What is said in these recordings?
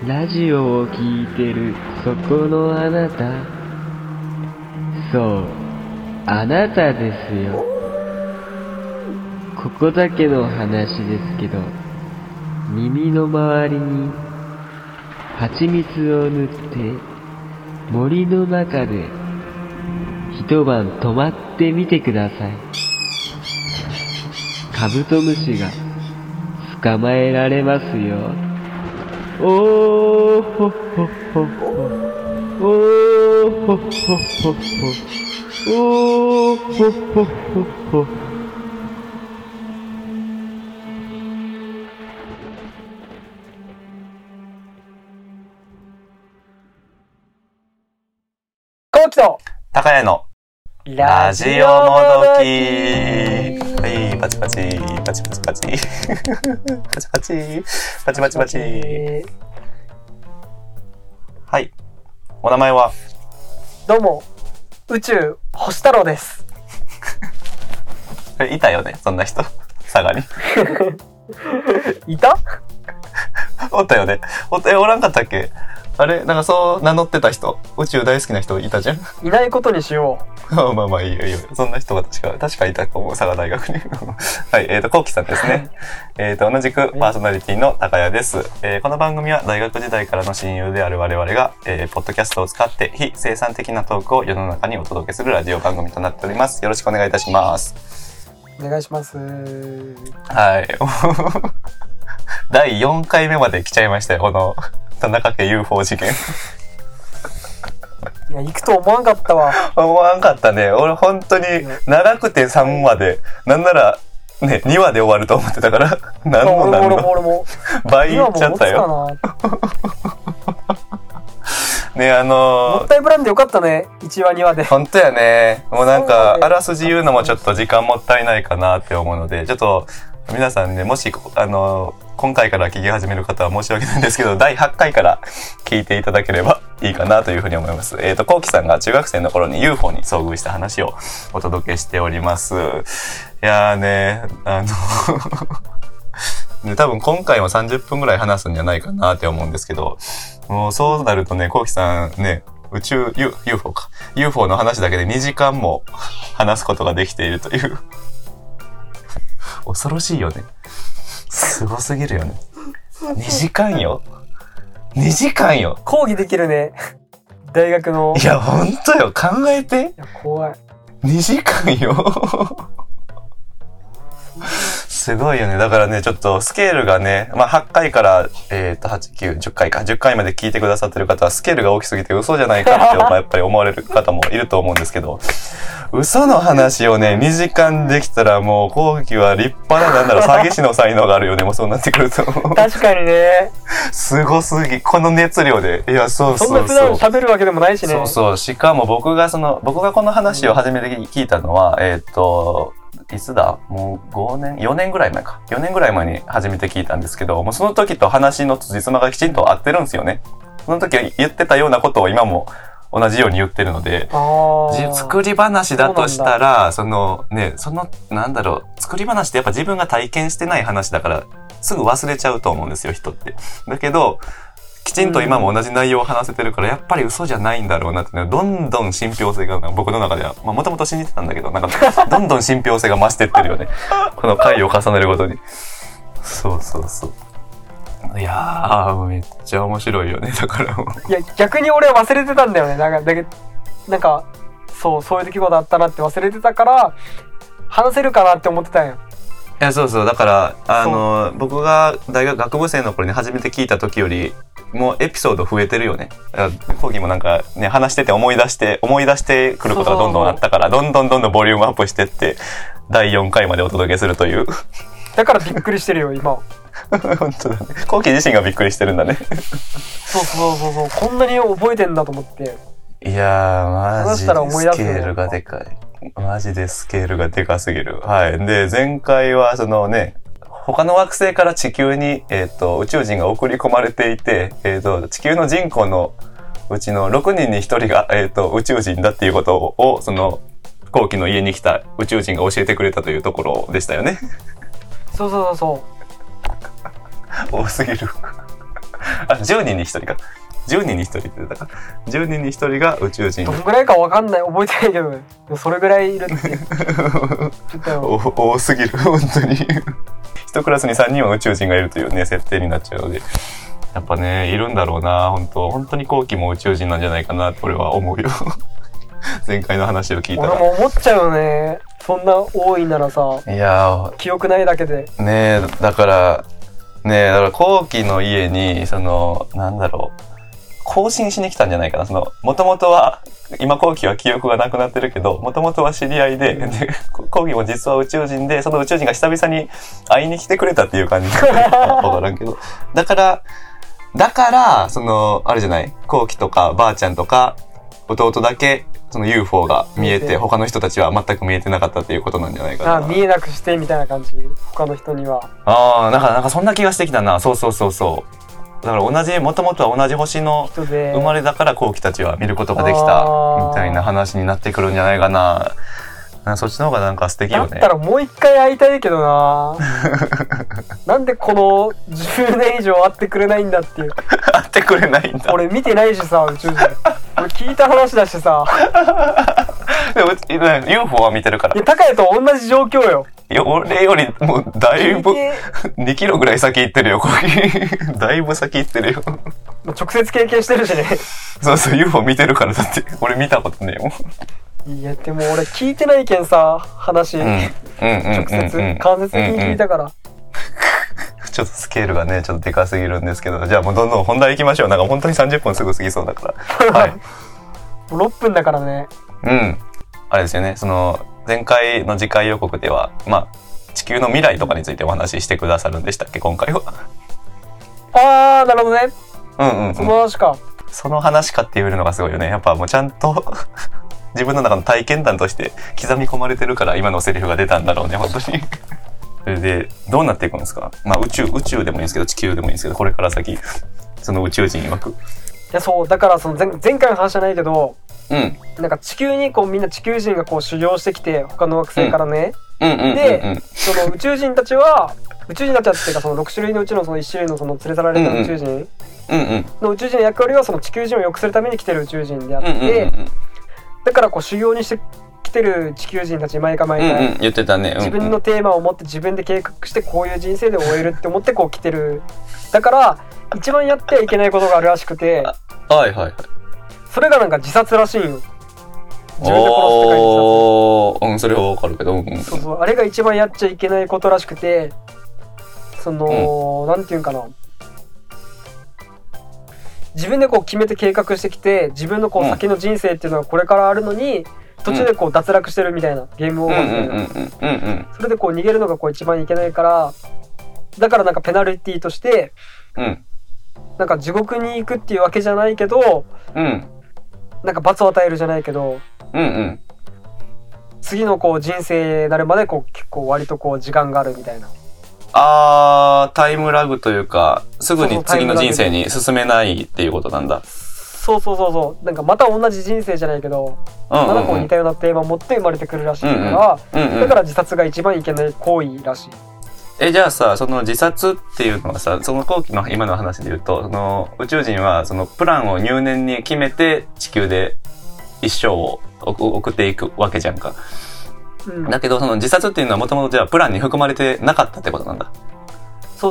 ラジオを聞いてるそこのあなた、そう、あなたですよ。ここだけの話ですけど、耳の周りに蜂蜜を塗って森の中で一晩泊まってみてください。カブトムシが捕まえられますよ。おーほっほっほっほ、おーほっほっほっほ、おーほっほっほっほ。 こうきと高谷のラジオもどき。はい、パチパチパチパチパチパチパチパチパチパチ。はい、お名前は？ どうも宇宙星太郎です。 いたよね、そんな人佐賀にいた？ おったよね。おらんかったっけ？あれ、なんかそう名乗ってた人、宇宙大好きな人いたじゃん。 いないことにしよまあまあまあいいよいいよ。そんな人が確かいたと思う、佐賀大学に。はい、こうきさんですね。同じくパーソナリティの高谷です。この番組は大学時代からの親友である我々が、ポッドキャストを使って非生産的なトークを世の中にお届けするラジオ番組となっております。よろしくお願いいたします。 う。お願いします。 はい。第4回目まで来ちゃいましたよ、この田中家 UFO 事件。 いや、行くと思わんかったわ。 思わんかったね。俺本当に長くて3話で、なんならね2話で終わると思ってたから、何の俺も倍いっちゃったよ。ね、 もったいぶらんでよかったね、1話2話で。 本当やね。もうなんかあらすじ言うのもちょっと時間もったいないかなって思うので、ちょっと皆さんね、もし今回から聞き始める方は申し訳ないんですけど、第8回から聞いていただければいいかなというふうに思います。こうきさんが中学生の頃に UFO に遭遇した話をお届けしております。いやーね、ね、多分今回も30分ぐらい話すんじゃないかなって思うんですけど、もうそうなるとね、こうきさんね、宇宙 UFO か UFO の話だけで2時間も話すことができているという恐ろしいよね。すごすぎるよね。2時間よ。2時間よ。 講義できるね。大学の。 いや、ほんとよ。考えて。 いや、怖い。 2時間よ。すごいよね。だからね、ちょっとスケールがね、まあ8回から、8、9、10回か。10回まで聞いてくださってる方はスケールが大きすぎて嘘じゃないかってやっぱり思われる方もいると思うんですけど、嘘の話をね、2時間できたらもう後期は立派な、なんだろう、詐欺師の才能があるよね。もうそうなってくると。 確かにね。 すごすぎ。この熱量で。いや、そうそうそう。 そんな普段喋るわけでもないしね。 そうそう。しかも僕がこの話を初めて聞いたのは、いつだ？もう4年ぐらい前か。4年ぐらい前に初めて聞いたんですけど、もうその時と話の辻褄がきちんと合ってるんですよね。その時言ってたようなことを今も同じように言ってるので、作り話だとしたら、なんだろう、作り話ってやっぱ自分が体験してない話だから、すぐ忘れちゃうと思うんですよ、人って。だけど、きちんと今も同じ内容を話せてるから、やっぱり嘘じゃないんだろうなってね、どんどん信憑性が、僕の中では、まあもともと信じてたんだけど、なんか、どんどん信憑性が増してってるよね。この回を重ねるごとに。そうそうそう。いやー、めっちゃ面白いよね、だからもう。 いや、逆に俺は忘れてたんだよね。なんか、そういう出来事あったなって忘れてたから、話せるかなって思ってたんよ。 いや、そうそう。だから、僕が学部生の頃に初めて聞いた時より、もうエピソード増えてるよね。講義もなんかね、話してて思い出してくることがどんどんあったから、どんどんボリュームアップしてって、第4回までお届けするという。 だからびっくりしてるよ、今。 本当だね。講義自身がびっくりしてるんだね。 そう。こんなに覚えてんだと思って。 いやー、マジでスケールがでかい。マジでスケールがでかすぎる。はい。で、前回は他の惑星から地球に、宇宙人が送り込まれていて、地球の人口のうちの6人に1人が、宇宙人だっていうことを、後期の家に来た宇宙人が教えてくれたというところでしたよね。 そう。 多すぎる。 あ、10人に1人か。10人に1人って言ったか。10人に1人が宇宙人ど。んぐらいかわかんない、覚えてないけど、でもそれぐらいいるって言ったよ。 多すぎる、本当に。1クラスに3人は宇宙人がいるというね、設定になっちゃうので。やっぱね、いるんだろうな、本当に後期も宇宙人なんじゃないかなって俺は思うよ。前回の話を聞いたら。 俺も思っちゃうよね。そんな多いならさ、 いや記憶ないだけで。 ねえ、だから後期の家に、なんだろう、更新しに来たんじゃないかな。もともとは、今後期は記憶がなくなってるけど、もともとは知り合いで、後期も実は宇宙人で、その宇宙人が久々に会いに来てくれたっていう感じ。わからんけど。だから、あれじゃない、後期とかばあちゃんとか、弟だけ、UFO が見えて、他の人たちは全く見えてなかったっていうことなんじゃないかな。 見えなくしてみたいな感じ、他の人には。 なんかそんな気がしてきたな。そう。だからもともとは同じ星の生まれだから後期たちは見ることができたみたいな話になってくるんじゃないかな。そっちの方がなんか素敵よね。 だったらもう一回会いたいけどな。なんでこの10年以上会ってくれないんだっていう。 会ってくれないんだ。 俺見てないしさ、宇宙人。俺聞いた話だしさ。 でも UFO は見てるから。 いや、高谷と同じ状況よ。 いや、俺よりもうだいぶ2キロぐらい先行ってるよ、これ。だいぶ先行ってるよ。 直接経験してるしね。 そう、UFO 見てるからだって。俺見たことねえもん。 いや、でも俺聞いてないけんさ、話。直接、間接的に聞いたから。 ちょっとスケールがね、ちょっとでかすぎるんですけど、じゃあもうどんどん本題行きましょう。なんか本当に30分すぐ過ぎそうだから。はい。 6分だからね。 あれですよね、前回の次回予告では、地球の未来とかについてお話ししてくださるんでしたっけ、今回は。 なるほどね。その話か。 その話かっていうのがすごいよね。やっぱもうちゃんと自分の中の体験談として刻み込まれてるから今のセリフが出たんだろうね、本当に。それで、どうなっていくんですか？宇宙でもいいんですけど、地球でもいいんですけど、これから先、その宇宙人曰く。 いや、そう、だから前回の話じゃないけど、なんか地球にみんな地球人が修行してきて、他の惑星からね。で、その宇宙人たちはっていうか6種類のうちの1種類の連れ去られた宇宙人の宇宙人の役割は地球人を良くするために来てる宇宙人であって、だから修行にして来てる地球人たち毎回言ってたね。 自分のテーマを持って自分で計画してこういう人生で終えるって思って来てる。だから一番やってはいけないことがあるらしくて、それがなんか自殺らしいんよ。自分で殺すって書いて自殺。 それはわかるけど。 そう、あれが一番やっちゃいけないことらしくて、なんていうんかな。自分で決めて計画してきて、自分の先の人生っていうのがこれからあるのに、途中で脱落してるみたいな、ゲームオーバーみたいな。それで逃げるのが一番いけないから、だからなんかペナルティとして、なんか地獄に行くっていうわけじゃないけど、なんか罰を与えるじゃないけど、次の人生になるまで結構割と時間があるみたいな。 タイムラグというか、すぐに次の人生に進めないっていうことなんだ。 そう。なんかまた同じ人生じゃないけど、まだ似たようなテーマを持って生まれてくるらしいから、だから自殺が一番いけない行為らしい。 じゃあさ、その自殺っていうのはさ、その後期の今の話で言うと、宇宙人はそのプランを入念に決めて地球で一生を送っていくわけじゃんか。だけどその自殺っていうのはもともとじゃあプランに含まれてなかったってことなんだ。 そう。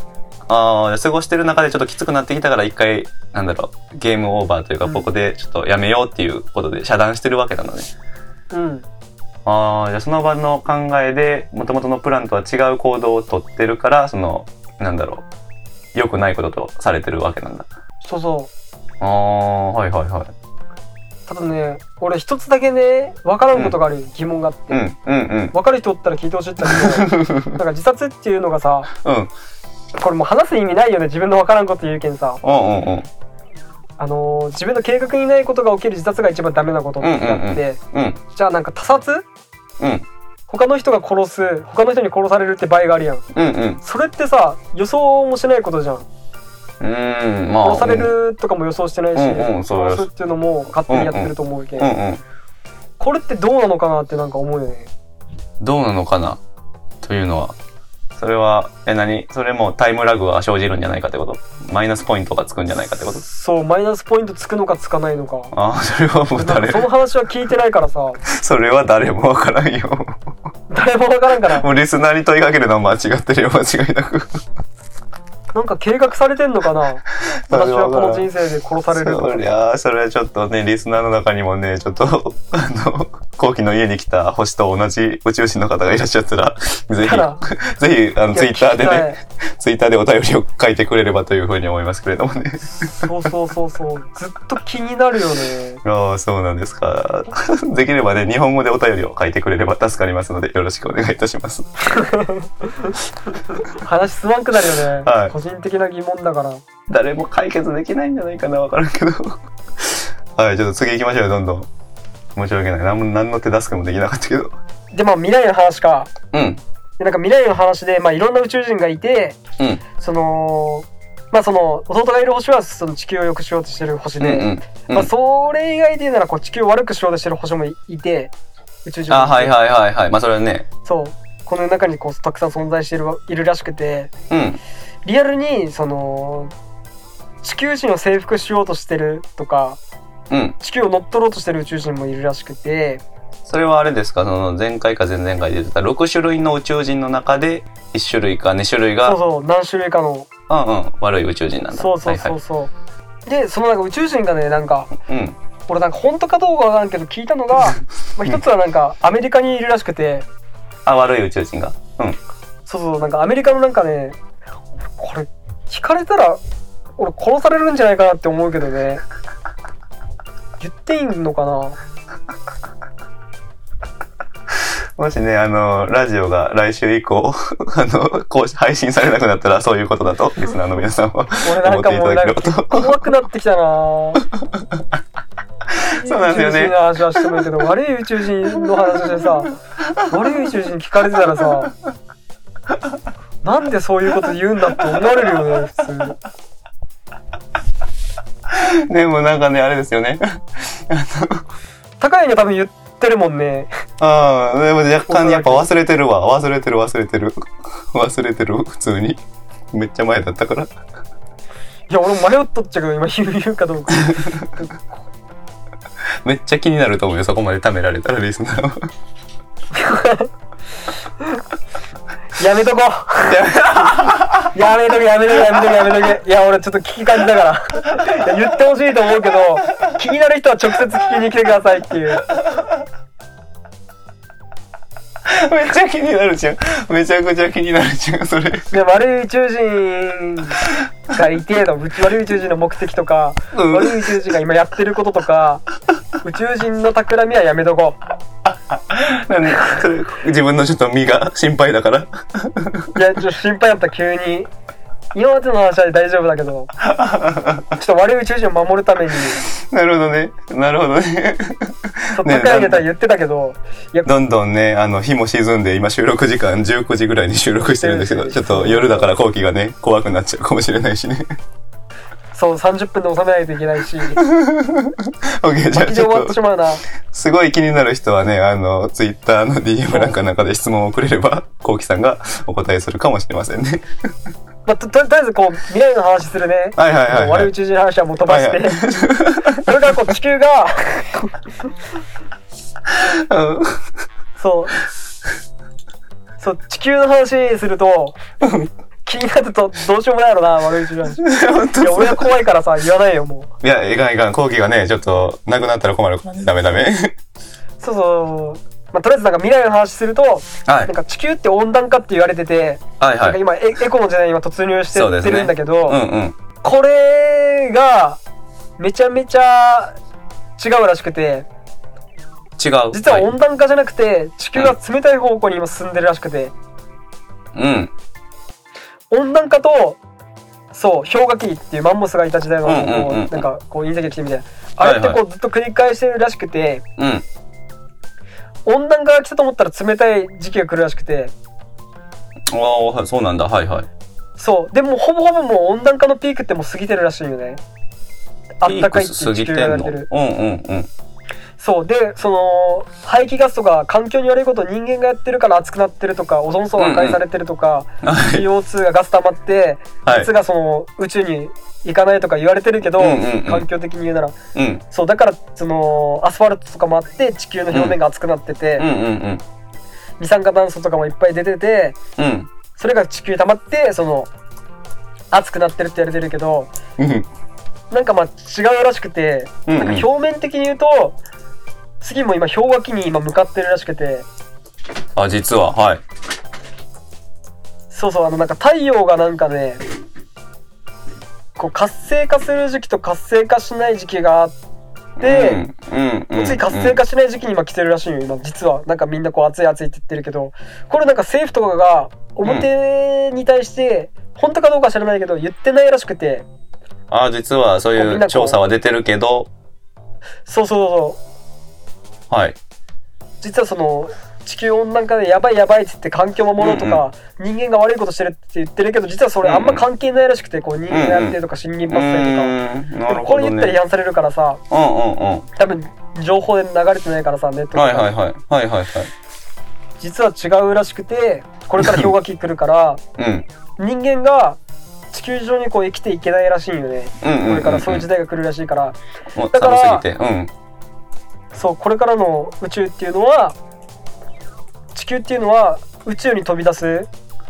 過ごしてる中でちょっときつくなってきたから一回ゲームオーバーというか、ここでちょっとやめようっていうことで遮断してるわけなのね。じゃあその場の考えで元々のプランとは違う行動をとってるから良くないこととされてるわけなんだ。はい。 ただね、俺一つだけね、分からんことがある、疑問があって。分かる人おったら聞いてほしいんだけど、なんか自殺っていうのがさ、これもう話す意味ないよね、自分の分からんこと言うけんさ。自分の計画にないことが起きる自殺が一番ダメなことってあって、じゃあなんか他殺、他の人が他の人に殺されるって場合があるやん。それってさ、予想もしないことじゃん。殺されるとかも予想してないし、殺すっていうのも勝手にやってると思うけん、これってどうなのかなってなんか思うよね。 どうなのかなというのは、 それはそれもタイムラグが生じるんじゃないかってこと？マイナスポイントがつくんじゃないかってこと？ そう、マイナスポイントつくのかつかないのか。 ああ、それはもうその話は聞いてないからさ。 それは誰もわからんよ。 誰もわからんから。 もうリスナーに問いかけるのは間違ってるよ、間違いなく。 なんか計画されてんのかな。私はこの人生で殺されるとか。 それはちょっとね、リスナーの中にもね、ちょっと後期の家に来た星と同じ宇宙人の方がいらっしゃったら、ぜひツイッターでね、ツイッターでお便りを書いてくれればというふうに思いますけれどもね。 そうずっと気になるよね。 ああ、そうなんですか。できればね、日本語でお便りを書いてくれれば助かりますので、よろしくお願いいたします。 話すまんくなるよね。 はい。 個人的な疑問だから。 誰も解決できないんじゃないかな、わからんけど。はい、ちょっと次行きましょうよ、どんどん。申し訳ない。何の手助けもできなかったけど。 で、まあ未来の話か。 うん。 で、なんか未来の話で、まあいろんな宇宙人がいて、 うん。 まあ弟がいる星はその地球を良くしようとしてる星で、まあそれ以外で言うならこう地球を悪くしようとしてる星もいて、宇宙人がいて。はい。まあそれはね。 そう。この中にこうたくさん存在しているらしくて、 うん。 リアルに地球人を征服しようとしてるとか、 うん、 地球を乗っ取ろうとしてる宇宙人もいるらしくて。 それはあれですか、前回か前々回で出てた6種類の宇宙人の中で1種類か2種類がそう何種類かの悪い宇宙人なんだ。 そう、でそのなんか宇宙人がね、なんか、俺なんか本当かどうかわからんけど聞いたのがまあ一つはなんかアメリカにいるらしくて、 悪い宇宙人がそうなんかアメリカのなんかね、これ聞かれたら俺殺されるんじゃないかなって思うけどね。言っていいのかな。 もしね、ラジオが来週以降こう配信されなくなったらそういうことだとリスナーの皆さんは思っていただければと。 怖くなってきたな。 そうなんですよね。 宇宙人の話はしてもいいけど、悪い宇宙人の話でさ、悪い宇宙人聞かれてたらさ、なんでそういうこと言うんだって思われるよね、普通。 でもなんかね、あれですよね。 高いには多分言ってるもんね。 ああ、でも若干やっぱ忘れてるわ。忘れてる、普通に。めっちゃ前だったから。いや、俺も迷っとっちゃうけど、今言うかどうか。 めっちゃ気になると思うよ、そこまで貯められたらリスナーは。 やめとこやめとけ。いや、俺ちょっと聞き感じだから。いや、言ってほしいと思うけど、気になる人は直接聞きに来てくださいっていう。 めっちゃ気になるじゃん。めちゃくちゃ気になるじゃん、それ。 で、悪い宇宙人がいての、悪い宇宙人の目的とか、悪い宇宙人が今やってることとか、宇宙人の企みはやめとこう。 自分のちょっと身が心配だから。 いや、ちょっと心配だった、急に。今までの話は大丈夫だけど、ちょっと悪い宇宙人を守るために。 なるほどね。 そう、高いネタ言ってたけど、 どんどんね、日も沈んで、今収録時間19時ぐらいに収録してるんですけど、ちょっと夜だから後期がね、怖くなっちゃうかもしれないしね。 そう、30分で収めないといけないし。 OK、じゃあちょっと、すごい気になる人はね、ツイッターの DM なんかで質問をくれれば、こうきさんがお答えするかもしれませんね。 まあ、とりあえずこう未来の話するね。悪い宇宙人の話はもう飛ばして、それからこう地球がそう地球の話すると気になるとどうしようもないのな、悪い宇宙人の話。いや、俺は怖いからさ、言わないよ、もう。 いや、いかん、後期がね、ちょっとなくなったら困るからね。ダメ。 そう。まあ、とりあえずなんか未来の話すると、なんか地球って温暖化って言われてて、なんか今エコの時代に今突入してってるんだけど、これがめちゃめちゃ違うらしくて、実は温暖化じゃなくて地球が冷たい方向に今進んでるらしくて、温暖化とそう氷河期っていうマンモスがいた時代のなんかこう隕石が来てみたいな、あれってこうずっと繰り返してるらしくて、温暖化が来たと思ったら冷たい時期が来るらしくて。 ああ、そうなんだ。はい。 そうでもほぼもう温暖化のピークってもう過ぎてるらしいよね。あったかいって地球が言われてる。 そうでその排気ガスとか環境に悪いことを人間がやってるから熱くなってるとか、オゾン層が破壊されてるとか、CO2 がガス溜まって熱がその宇宙に行かないとか言われてるけど、環境的に言うなら、そうだからそのアスファルトとかもあって地球の表面が熱くなってて、二酸化炭素とかもいっぱい出てて、それが地球に溜まってその熱くなってるって言われてるけど、なんかまあ違うらしくて、なんか表面的に言うと次も今氷河期に今向かってるらしくて、 実はそうなんか太陽がなんかねこう活性化する時期と活性化しない時期があって、次活性化しない時期に今来てるらしいよ今。実はなんかみんなこう暑い暑いって言ってるけど、これなんか政府とかが表に対して本当かどうか知らないけど言ってないらしくて、 実はそういう調査は出てるけど、 そう実はその地球温暖化でやばいって言って環境守ろうとか、人間が悪いことしてるって言ってるけど、実はそれあんま関係ないらしくて、こう人間がやってるとか森林伐採とか、これ言ったら違反されるからさ、多分情報で流れてないからさ、ネットとか実は違うらしくて、これから氷河期来るから、人間が地球上にこう生きていけないらしいよね。これからそういう時代が来るらしいから、だからそうこれからの宇宙っていうのは、地球っていうのは宇宙に飛び出す、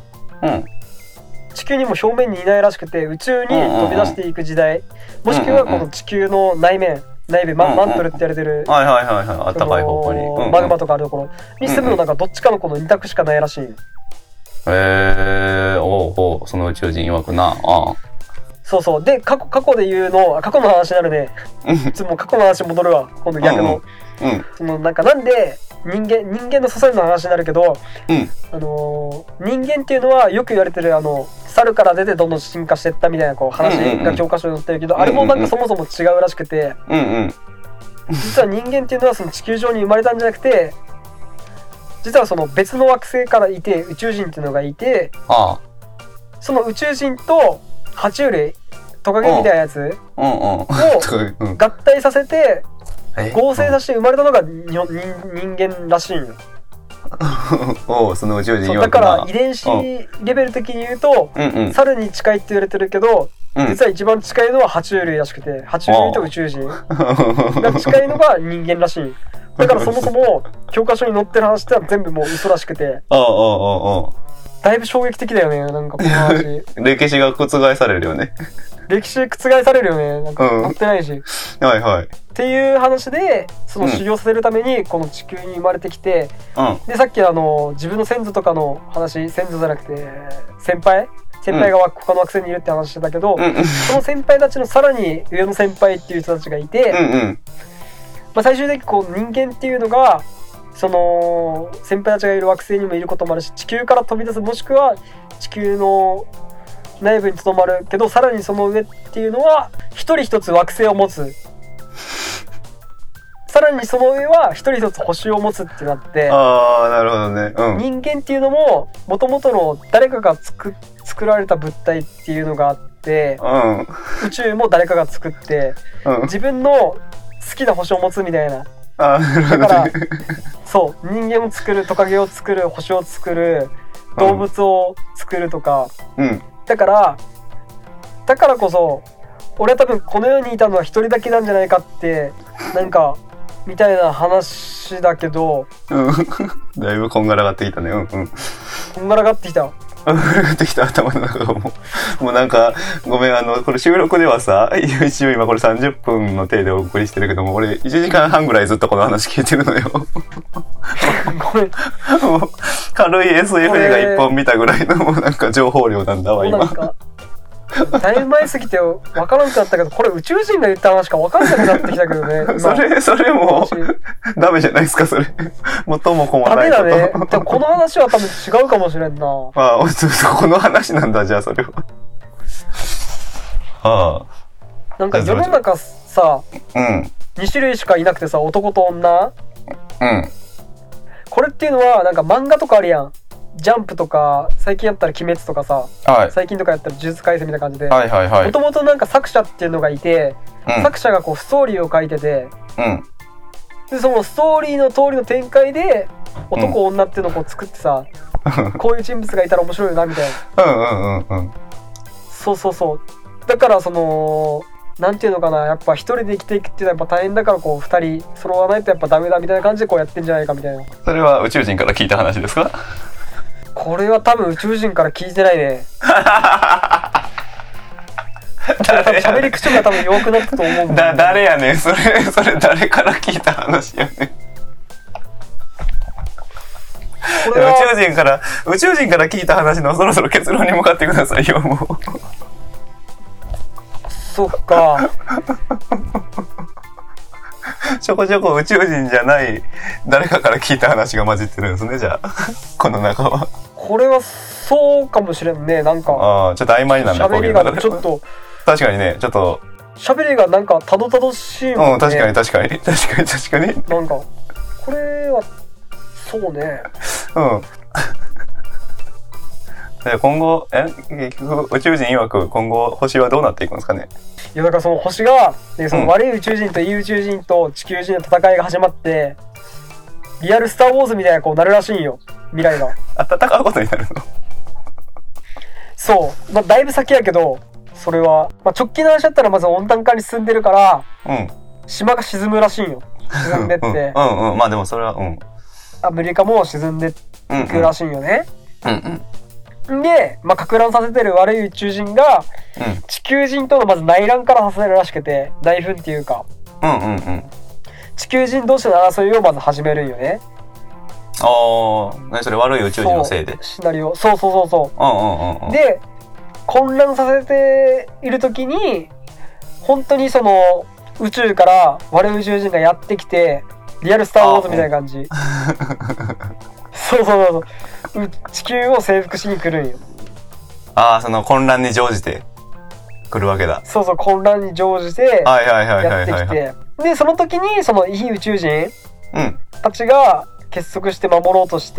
地球にも表面にいないらしくて宇宙に飛び出していく時代、もしくはこの地球の内部マントルって言われてるあったかい方向にマグマとかあるところに住むのなんかどっちかのこの2択しかないらしい。 その宇宙人曰くな。 そうで過去で言うの過去の話になるね。もう過去の話戻るわ今度逆の。そのなんで人間の祖先の話になるけど、人間っていうのはよく言われてる猿から出てどんどん進化していったみたいなこう話が教科書に載ってるけど、あれもなんかそもそも違うらしくて、実は人間っていうのはその地球上に生まれたんじゃなくて、実はその別の惑星からいて宇宙人っていうのがいて、その宇宙人と爬虫類トカゲみたいなやつを合体させて合成させて生まれたのが人間らしいんよ。 その宇宙人だから遺伝子レベル的に言うと、猿に近いって言われてるけど、実は一番近いのは爬虫類らしくて、爬虫類と宇宙人が近いのが人間らしい。だからそもそも教科書に載ってる話ってのは全部もう嘘らしくて、だいぶ衝撃的だよね。なんかこの話歴史が覆されるよね。 歴史覆されるよね。なんか載ってないし、っていう話で、その修行させるためにこの地球に生まれてきて、でさっき自分の先祖とかの話、先祖じゃなくて先輩が他の惑星にいるって話してたけど、その先輩たちのさらに上の先輩っていう人たちがいて、最終的にこう人間っていうのがその先輩たちがいる惑星にもいることもあるし、地球から飛び出す、もしくは地球の内部にとどまるけど、さらにその上っていうのは一人一つ惑星を持つ、さらにその上は一人一つ星を持つってなって、 なるほどね。 人間っていうのも元々の誰かが作られた物体っていうのがあって、宇宙も誰かが作って、自分の好きな星を持つみたいな。だからそう人間を作る、トカゲを作る、星を作る、動物を作るとか、だからこそ俺は多分この世にいたのは一人だけなんじゃないかってなんかみたいな話だけど、 だいぶこんがらがってきたね。 こんがらがってきた。 頭の中がもうなんかごめん、これ収録ではさ、一応今これ30分の程でお送りしてるけども、俺1時間半ぐらいずっとこの話聞いてるのよ。 ごめん、 もう軽い SF 映画1本見たぐらいのもうなんか情報量なんだわ今。 だいぶ前すぎて分からなくなったけど、これ宇宙人が言った話か分かんなくなってきたけどね。 それもダメじゃないですか、それ。元も子もないこと。 ダメだね。でもこの話は多分違うかもしれんな。 この話なんだ、じゃあそれは。 なんか世の中さ、2種類しかいなくてさ、男と女。これっていうのはなんか漫画とかあるやん。ジャンプとか最近やったら鬼滅とかさ、最近とかやったら呪術廻戦みたいな感じで、もともとなんか作者っていうのがいて、作者がこうストーリーを書いてて、 でそのストーリーの通りの展開で男、女っていうのをこう作ってさこういう人物がいたら面白いよなみたいな。そうそうそう。だからそのなんていうのかな、やっぱ一人で生きていくっていうのはやっぱ大変だから、こう二人揃わないとやっぱダメだみたいな感じでこうやってんじゃないかみたいな。 それは宇宙人から聞いた話ですか？ これは多分宇宙人から聞いてないね。喋り口が多分弱くなったと思うんだ。 誰やねんそれ誰から聞いた話やねん。宇宙人から聞いた話のそろそろ結論に向かってくださいよもう。 そっか。 ちょこちょこ宇宙人じゃない誰かから聞いた話が混じってるんですね、じゃあこの中は。 これはそうかもしれんね。なんかちょっと曖昧なんだ。 喋りがちょっと確かにね、ちょっと喋りがなんかたどたどしいもんね。 確かになんかこれはそうね。 今後結局宇宙人曰く今後星はどうなっていくんですかね。 いやだからその星がその悪い宇宙人といい宇宙人と地球人の戦いが始まって、リアルスター・ウォーズみたいなこうなるらしいんよ、未来が。 戦うことになるの？ そう、だいぶ先やけど、それは、直近の話だったらまず温暖化に進んでるから、島が沈むらしいんよ。沈んでってまあでもそれはアメリカも沈んでいくらしいんよね。で、か乱させてる悪い宇宙人が、地球人とのまず内乱からさせるらしくて、内紛っていうか、地球人同士の争いをまず始めるんよね。 何それ、悪い宇宙人のせいでシナリオ。そうで、混乱させている時に本当にその宇宙から悪い宇宙人がやってきて、リアルスター・ウォーズみたいな感じ。そう地球を征服しに来るんよ。 その混乱に乗じて来るわけだ。 そう混乱に乗じてやってきて、でその時にそのいい宇宙人たちが結束して守ろうとして、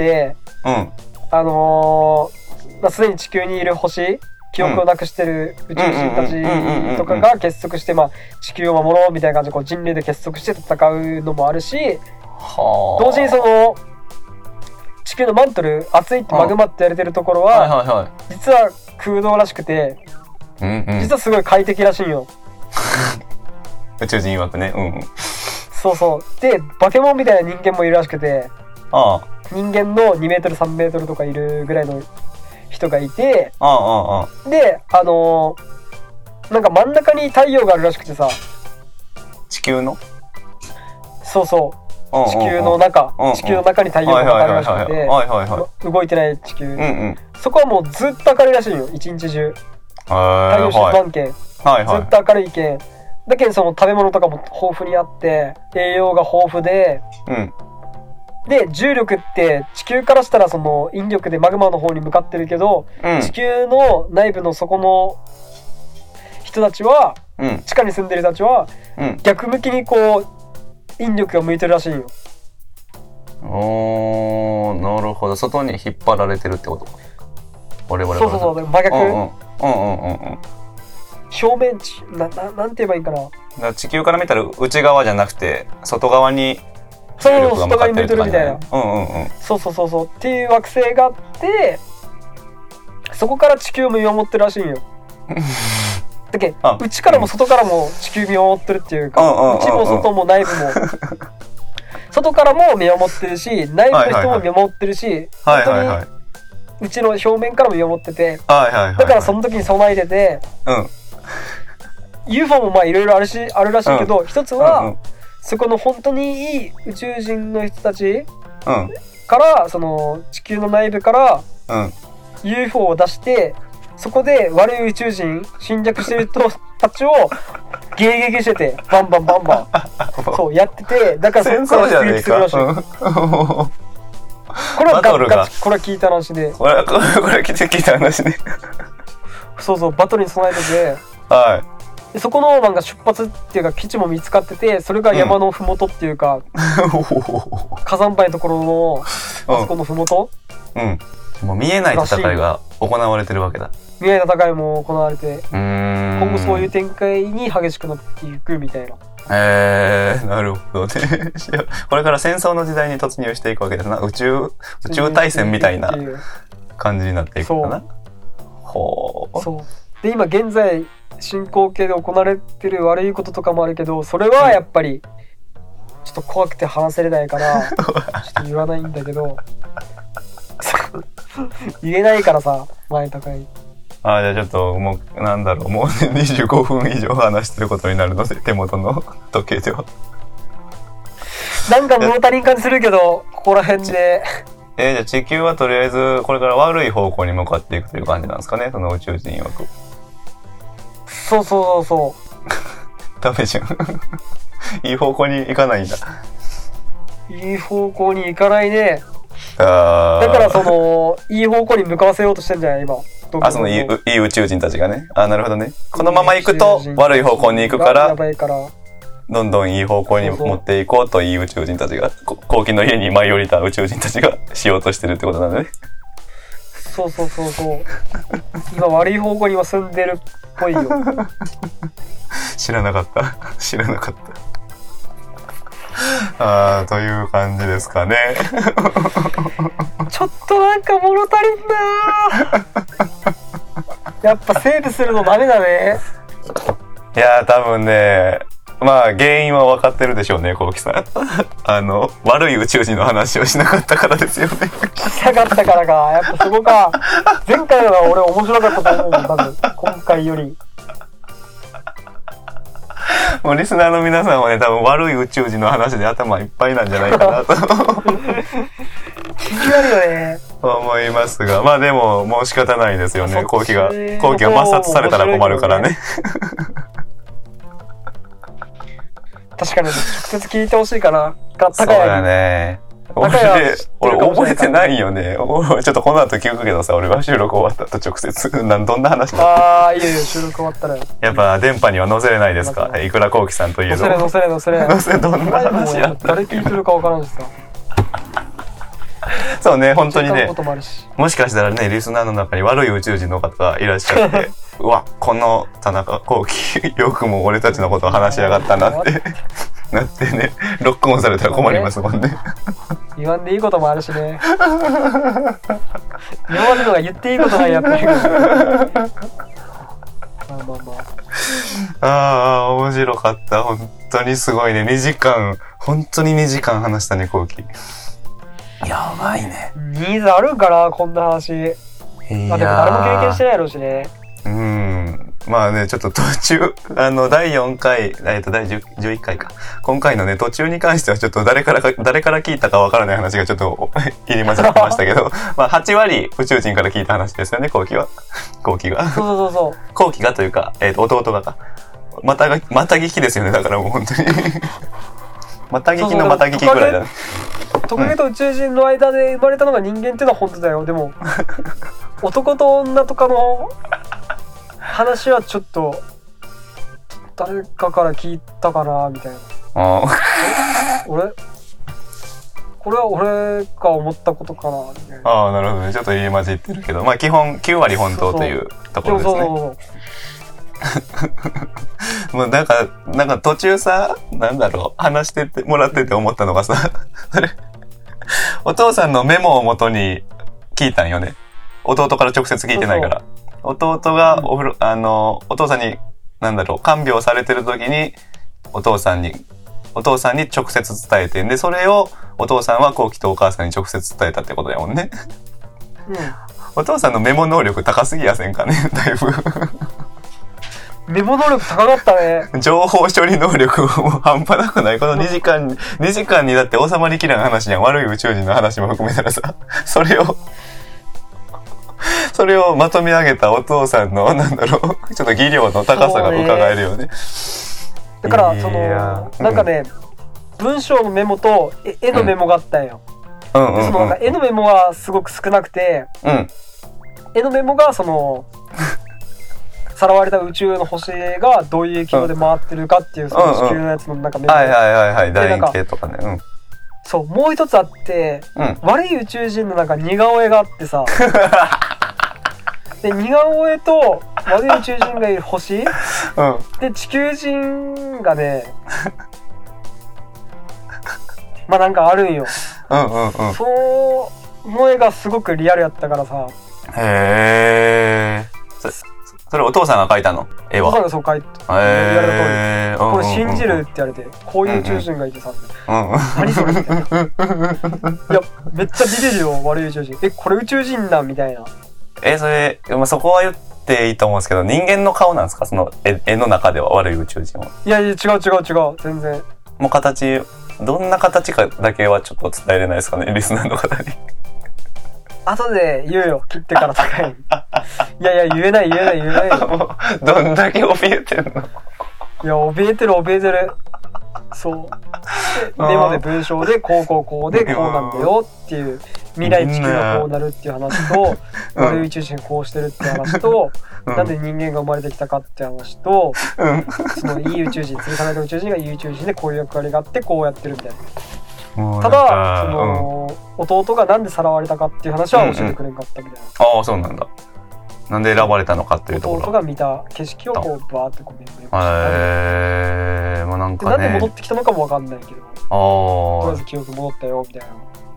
すでに地球にいる星、記憶をなくしてる宇宙人たちとかが結束して地球を守ろうみたいな感じでこう人類で結束して戦うのもあるし、同時にその地球のマントル、熱いってマグマって言われてるところは実は空洞らしくて、実はすごい快適らしいよ。 宇宙人曰くね。 そうでバケモンみたいな人間もいるらしくて、人間の2メートル3メートルとかいるぐらいの人がいて、でなんか真ん中に太陽があるらしくてさ、 地球の地球の中に太陽があるらしくて、動いてない地球、そこはもうずっと明るいらしいよ、一日中。太陽出番圏、ずっと明るい圏だけど、その食べ物とかも豊富にあって栄養が豊富で、で重力って地球からしたらその引力でマグマの方に向かってるけど、地球の内部の底の人たちは、地下に住んでる人たちは、逆向きにこう引力が向いてるらしいよ。 なるほど。外に引っ張られてるってこと？我々は。 そう真逆。表面なんて言えばいいかな。 地球から見たら内側じゃなくて外側に外側に向いてるみたいな。そうっていう惑星があって、そこから地球を見守ってるらしいんよ。だけ内からも外からも地球見守ってるっていうか、内も外も内部も外からも見守ってるし、内部の人も見守ってるし、本当にうちの表面からも見守ってて、だからその時に備えてて、UFO もいろいろあるらしいけど、一つはそこの本当にいい宇宙人の人たちからその地球の内部から UFO を出して、そこで悪い宇宙人侵略してる人たちを迎撃してて、バンバンそうやってて、だからそこから出撃するらしい。これはこれは聞いた話で、 これは聞いた話ね。 そうバトルに備えてて、でそこの出発っていうか基地も見つかってて、それが山のふもとっていうか、火山灰のところのあそこのふもと、 もう見えない戦いが行われてるわけだ。 見えない戦いも行われて、今後そういう展開に激しくなっていくみたいな。 なるほどね。これから戦争の時代に突入していくわけですな。宇宙大戦みたいな感じになっていくのかな。ほう。 そう。で今現在進行形で行われてる悪いこととかもあるけど、それはやっぱりちょっと怖くて話せれないからちょっと言わないんだけど言えないからさ、前高い。 じゃあちょっともうなんだろう、もう25分以上話してることになるので、手元の時計ではなんか物足りん感じするけど、ここら辺でじゃあ地球はとりあえずこれから悪い方向に向かっていくという感じなんですかね、その宇宙人曰く。 そうダメじゃんいい方向に行かないんだ。 いい方向に行かないね。 だからそのいい方向に向かわせようとしてんじゃない今。 そのいい宇宙人たちがね。なるほどね。このまま行くと悪い方向に行くから、どんどんいい方向に持っていこうと、いい宇宙人たちが、後期の家に舞い降りた宇宙人たちがしようとしてるってことなんだね。 そう今悪い方向には住んでるっぽいよ。 知らなかった。という感じですかね。 ちょっとなんか物足りんなやっぱセーブするのダメだね。 いや多分ね、まあ原因は分かってるでしょうね、こうきさん。悪い宇宙人の話をしなかったからですよね。 しなかったからか。やっぱそこか。前回のは俺面白かったと思うもん、多分。今回より。 もうリスナーの皆さんはね、多分悪い宇宙人の話で頭いっぱいなんじゃないかなと気になるよね。 思いますが、まあでももう仕方ないですよね。後期が抹殺されたら困るからね。 確かに直接聞いてほしいかな。 そうだね。俺覚えてないよね。ちょっとこの後聞くけどさ、俺が収録終わった後直接どんな話だった？ いいよ収録終わったら。 やっぱ電波には載せれないですか？いくらこうきさんといえど。 載せれ。 どんな話やった？ 誰聞いてるかわからんしさ。 そうね、本当にね。もしかしたらね、リスナーの中に悪い宇宙人の方がいらっしゃって、うわ、この田中幸喜、よくも俺たちのことを話しやがったなってなってね、ロックオンされたら困りますもんね。 言わんでいいこともあるしね。今までのが言っていいことないやってるからまあ。面白かった。本当にすごいね。本当に2時間話したね、幸喜。やばいね。 ニーズあるんかな、こんな話。でも誰も経験してないやろうしね。 まあね、ちょっと途中、第4回、第11回か。今回のね、途中に関してはちょっと誰から聞いたかわからない話がちょっと入り混じってましたけど、まあ8割宇宙人から聞いた話ですよね、幸喜が。 そう。 幸喜がというか、弟がか。また聞きですよね、だからもう本当に。また聞きのまた聞きぐらいだね。 トカゲと宇宙人の間で生まれたのが人間っていうのは本当だよ。でも男と女とかの話はちょっと誰かから聞いたかなみたいな。これは俺が思ったことかなみたいな。 なるほどね。ちょっと入り混じってるけど、まあ基本9割本当というところですね。そうもうなんか途中さ、話してもらってて思ったのがさ、それお父さんのメモを元に聞いたんよね。弟から直接聞いてないから。弟がお父さんに看病されてる時にお父さんに直接伝えてんで、それをお父さんは幸喜とお母さんに直接伝えたってことやもんね。お父さんのメモ能力高すぎやせんかね、だいぶ。 メモ能力高かったね。 情報処理能力も半端なくない。この2時間にだって収まりきらん話じゃん。悪い宇宙人の話も含めたらさ、それをまとめ上げたお父さんのちょっと技量の高さが伺えるよね。 だからなんかね、文章のメモと絵のメモがあったんよ。絵のメモはすごく少なくて、絵のメモがさらわれた宇宙の星がどういう軌道で回ってるかっていうその地球のやつのなんかメモ。 はい楕円形とかね。 そう、もう一つあって、悪い宇宙人のなんか似顔絵があってさ。で似顔絵と悪い宇宙人がいる星、で地球人がねまあなんかあるんよ。 その絵がすごくリアルやったからさ。 へー。それお父さんが描いたの？絵は。 お父さんがそう描いて、言われた通り。これ信じるって言われて、こういう宇宙人がいてさ、何それみたいな。いや、めっちゃビビるよ、悪い宇宙人。これ宇宙人なんみたいな。 それ、そこは言っていいと思うんですけど、人間の顔なんですか？その絵の中では悪い宇宙人は。 いや、違う、全然。 もう形、どんな形かだけはちょっと伝えれないですかね、リスナーの方に。 後で言うよ、切ってから高い。いや、言えないよ。 もうどんだけ怯えてんの？ いや、怯えてる。そう。で、メモで文章で、こうで、こうなんだよっていう、未来地球がこうなるっていう話と、悪い宇宙人こうしてるっていう話と、なんで人間が生まれてきたかって話と、そのいい宇宙人、次さないと宇宙人がいい宇宙人でこういう役割があってこうやってるみたいな。ただ、その、弟がなんでさらわれたかっていう話は教えてくれんかったみたいな。 ああ、そうなんだ。なんで選ばれたのかっていうところ。 弟が見た景色をこうバーってこうメモして。 まあなんかね。 なんで戻ってきたのかもわかんないけど。とりあえず記憶戻ったよみたいな。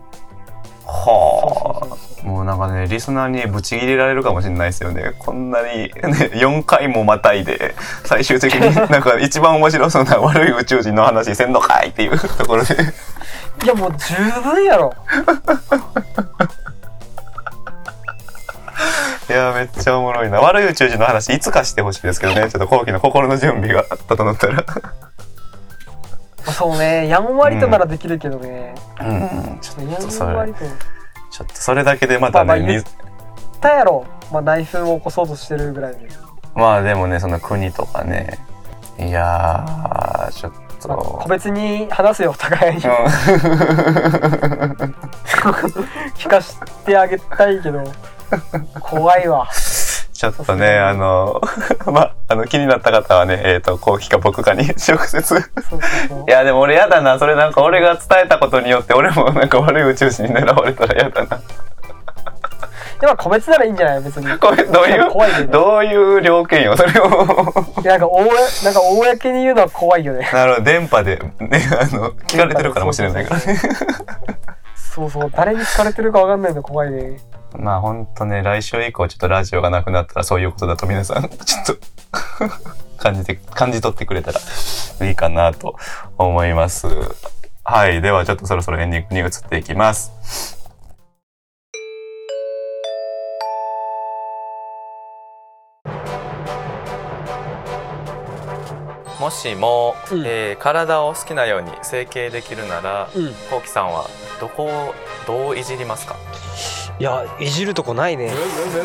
はあ。もうなんかね、リスナーにブチ切れられるかもしれないですよね。こんなにね、4回もまたいで、最終的になんか一番面白そうな悪い宇宙人の話せんのかいっていうところで。 いやもう十分やろ。 いやめっちゃおもろいな。悪い宇宙人の話いつかしてほしいですけどね。ちょっと後期の心の準備が整ったら。 そうね、やんわりとならできるけどね。 ちょっとそれ、 やんわりと。 ちょっとそれだけでまたね、 言ったやろ。内紛を起こそうとしてるぐらいで。 まあでもね、その国とかね。いやー、ちょっと。 個別に話すよ、お互いに。聞かしてあげたいけど、怖いわ。 ちょっとね、気になった方はね、後期か僕かに直接。そういや、でも俺やだな。それなんか俺が伝えたことによって、俺もなんか悪い宇宙人に狙われたらやだな。 でも個別ならいいんじゃない別に。 これどういう了見よ、それを。 なんか公に言うのは怖いよね。 なるほど、電波でね、聞かれてるからもしれないからね。 そう、誰に聞かれてるかわかんないの怖いね。 まあほんとね、来週以降ちょっとラジオがなくなったらそういうことだと皆さんちょっと感じ取ってくれたらいいかなと思います。はい、ではちょっとそろそろエンディングに移っていきます。もしも、体を好きなように整形できるなら、こうきさんはどこをどういじりますか？ いや、いじるとこないね。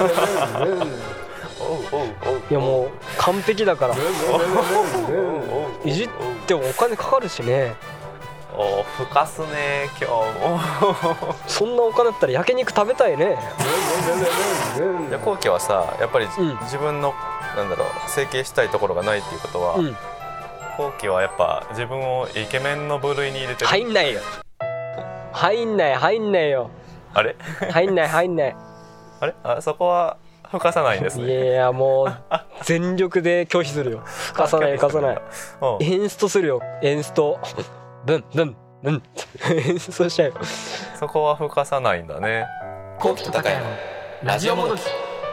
いやもう完璧だから。いじってもお金かかるしね。 ふかすね今日も。 そんなお金だったら焼肉食べたいね。 いや、こうきはさ、やっぱり、自分の整形したいところがないっていうことは、こうきはやっぱ自分をイケメンの部類に入れてる。 入んないよ。入んないよ。 あれ？ 入んない。 あれ？そこは吹かさないんですね。 いやもう全力で拒否するよ。吹かさない。エンストするよ。エンスト。ブン。エンストしちゃうよ。 そこは吹かさないんだね。 こうきと高谷のラジオもどき。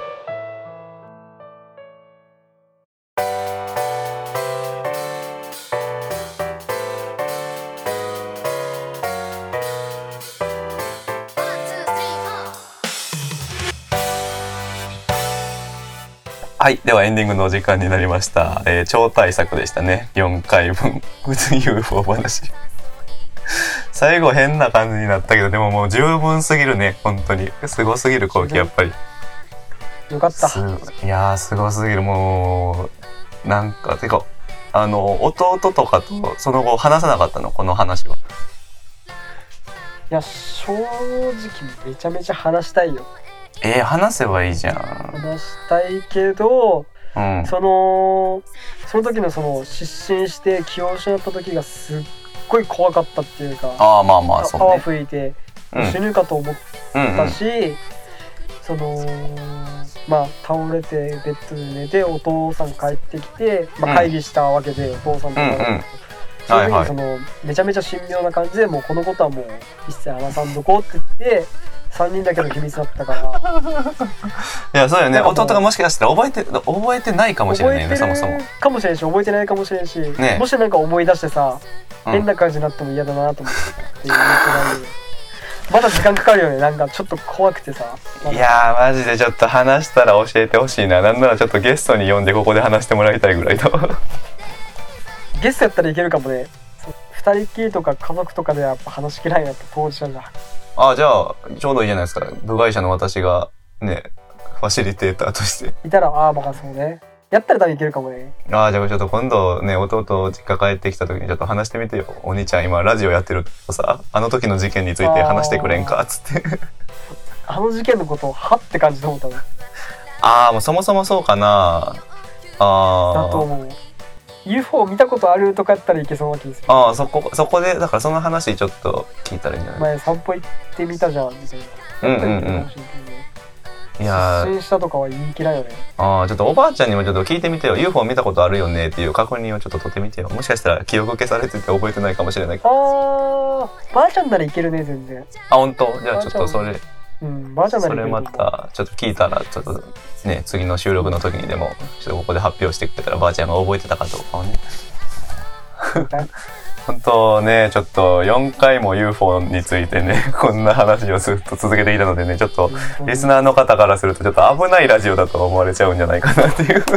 はい。ではエンディングのお時間になりました。超大作でしたね。4回分。UFO 話。最後変な感じになったけど、でももう十分すぎるね。本当に。すごすぎる、後期やっぱり。 よかった。 いやー、すごすぎる。もう、なんか、てか、弟とかとその後話さなかったの？この話は。 いや、正直めちゃめちゃ話したいよ。 話せばいいじゃん。 話したいけど、その時の失神して気を失った時がすっごい怖かったっていうか、 まあそうね、 泡吹いて死ぬかと思ったし、倒れてベッドで寝てお父さん帰ってきて、会議したわけで、お父さんとその時にそのめちゃめちゃ神妙な感じでもうこのことはもう一切話さんどこうって言って3人だけの秘密だったからいやそうよね。弟がもしかしたら覚えてないかもしれないよね。そもそもかもしれんし覚えてないかもしれんし、 ね、 もしなんか思い出してさ、変な感じになっても嫌だなと思ってっていうまだ時間かかるよね。なんかちょっと怖くてさ、 いやーマジでちょっと話したら教えてほしいな。なんならちょっとゲストに呼んでここで話してもらいたいぐらいのゲストやったらいけるかもね。2人っきりとか家族とかでやっぱ話しきらんやった当事者じゃん。 あ、じゃあちょうどいいじゃないですか。部外者の私がねファシリテーターとしていたら、ああまあそうね、やったら多分いけるかもね。 ああ、じゃあちょっと今度ね、弟実家帰ってきた時にちょっと話してみてよ。お兄ちゃん今ラジオやってるとさ、あの時の事件について話してくれんかっつってあの事件のことをはって感じで思ったの。 ああ、もうそもそもそうかな。ああ。 だと思う。UFO 見たことあるとかやったらいけそうな気がする。 ああ、そこでだからその話ちょっと聞いたらいいんじゃない？ 前散歩行ってみたじゃんみたいな。いやー、出身したとかは言い切らんよね。 ああ、ちょっとおばあちゃんにもちょっと聞いてみてよ。 UFO 見たことあるよねっていう確認をちょっと取ってみてよ。もしかしたら記憶消されてて覚えてないかもしれないけど。 ああ、ばあちゃんならいけるね全然。 あ、本当？じゃあちょっとそれ、 ばあちゃんならいける。 それまたちょっと聞いたらちょっとね、次の収録の時にでもちょっとここで発表してくれたらばあちゃんが覚えてたかどうかをね本当ね、ちょっと4回も UFO についてねこんな話をずっと続けていたのでね、ちょっとリスナーの方からするとちょっと危ないラジオだと思われちゃうんじゃないかなっていう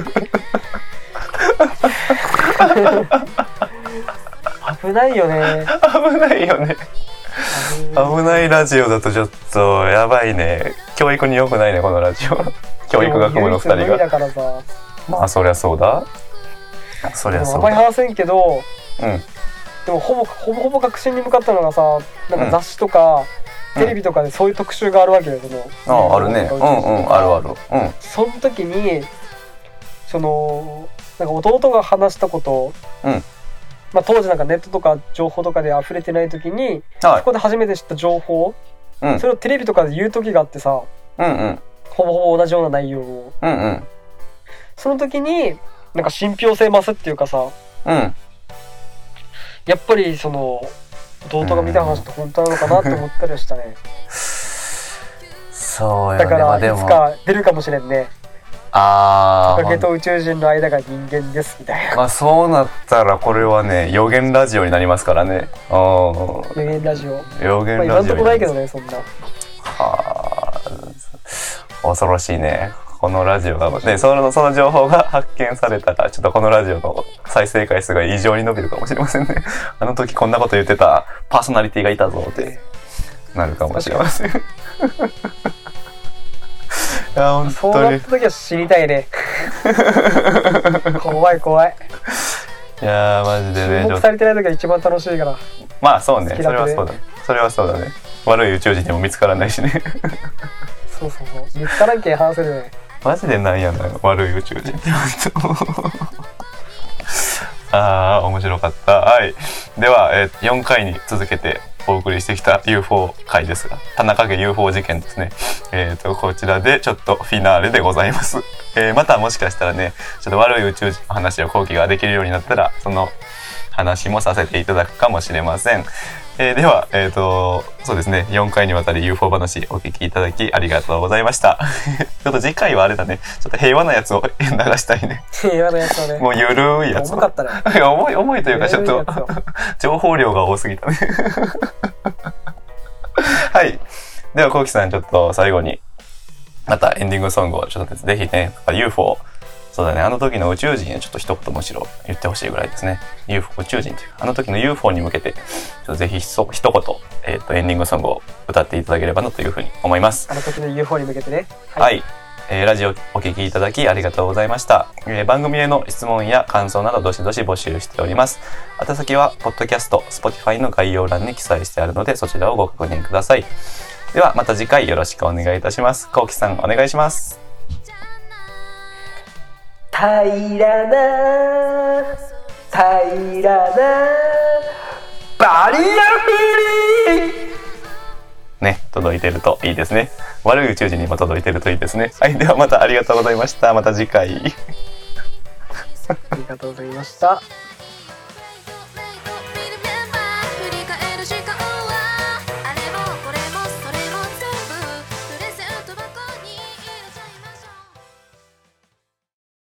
危ないよね。 危ないよね。危ないラジオだとちょっとやばいね。教育に良くないねこのラジオ教育学部の2人が。 だからさ、 まあそりゃそうだ、そりゃそうだ。 あんまり話せんけど、 うん、 でもほぼ確信に向かったのがさ、なんか雑誌とか、テレビとかでそういう特集があるわけよ。そのあるね。あるある。 その時にそのなんか弟が話したこと、まあ、当時なんかネットとか情報とかで溢れてない時に、そこで初めて知った情報、それをテレビとかで言う時があってさ、ほぼ同じような内容を、その時になんか信憑性増すっていうかさ、やっぱりその弟が見た話って本当なのかなって思ったりしたね。 そうよね。 だからいつか出るかもしれんね。 トカゲと宇宙人の間が人間ですみたいな。 まあそうなったらこれはね予言ラジオになりますからね。 予言ラジオ。 予言ラジオ。 今んとこないけどねそんな。 はあ、恐ろしいね。このラジオがね、その情報が発見されたらちょっとこのラジオの再生回数が異常に伸びるかもしれませんね。あの時こんなこと言ってたパーソナリティがいたぞってなるかもしれません。いや本当にそうなった時は知りたいね。怖い。 いやマジでね。 注目されてない時が一番楽しいから。 まあそうね。それはそうだね。悪い宇宙人にも見つからないしね。 そう見つからんけん話せるね。 マジでなんやな悪い宇宙人って。ああ面白かった。はい。では、4回に続けてお送りしてきた UFO 回ですが、田中家 UFO 事件ですね。こちらでちょっとフィナーレでございます。またもしかしたらね、ちょっと悪い宇宙人の話を後期ができるようになったら、その話もさせていただくかもしれません。では、そうですね、4回にわたり UFO 話お聞きいただきありがとうございました。ちょっと次回はあれだね、ちょっと平和なやつを流したいね。 平和なやつをね。 もうゆるいやつ。 重かったね。 重いというかちょっと情報量が多すぎたね。はい。では、こうきさんちょっと最後に、またエンディングソングをちょっとぜひね、UFO、そうだね、あの時の宇宙人にちょっと一言むしろ言ってほしいぐらいですね。UFO 宇宙人というか、あの時の UFO に向けて、ちょっとぜひ一言、エンディングソングを歌っていただければなというふうに思います。 あの時の UFO に向けてね。 はい。ラジオお聞きいただきありがとうございました。番組への質問や感想などどしどし募集しております。宛先は、ポッドキャスト、Spotify の概要欄に記載してあるので、そちらをご確認ください。では、また次回よろしくお願いいたします。こうきさん、お願いします。 平らなバリアフリーね、届いてるといいですね。悪い宇宙人にも届いてるといいですね。はい、ではまたありがとうございました。また次回。 ありがとうございました。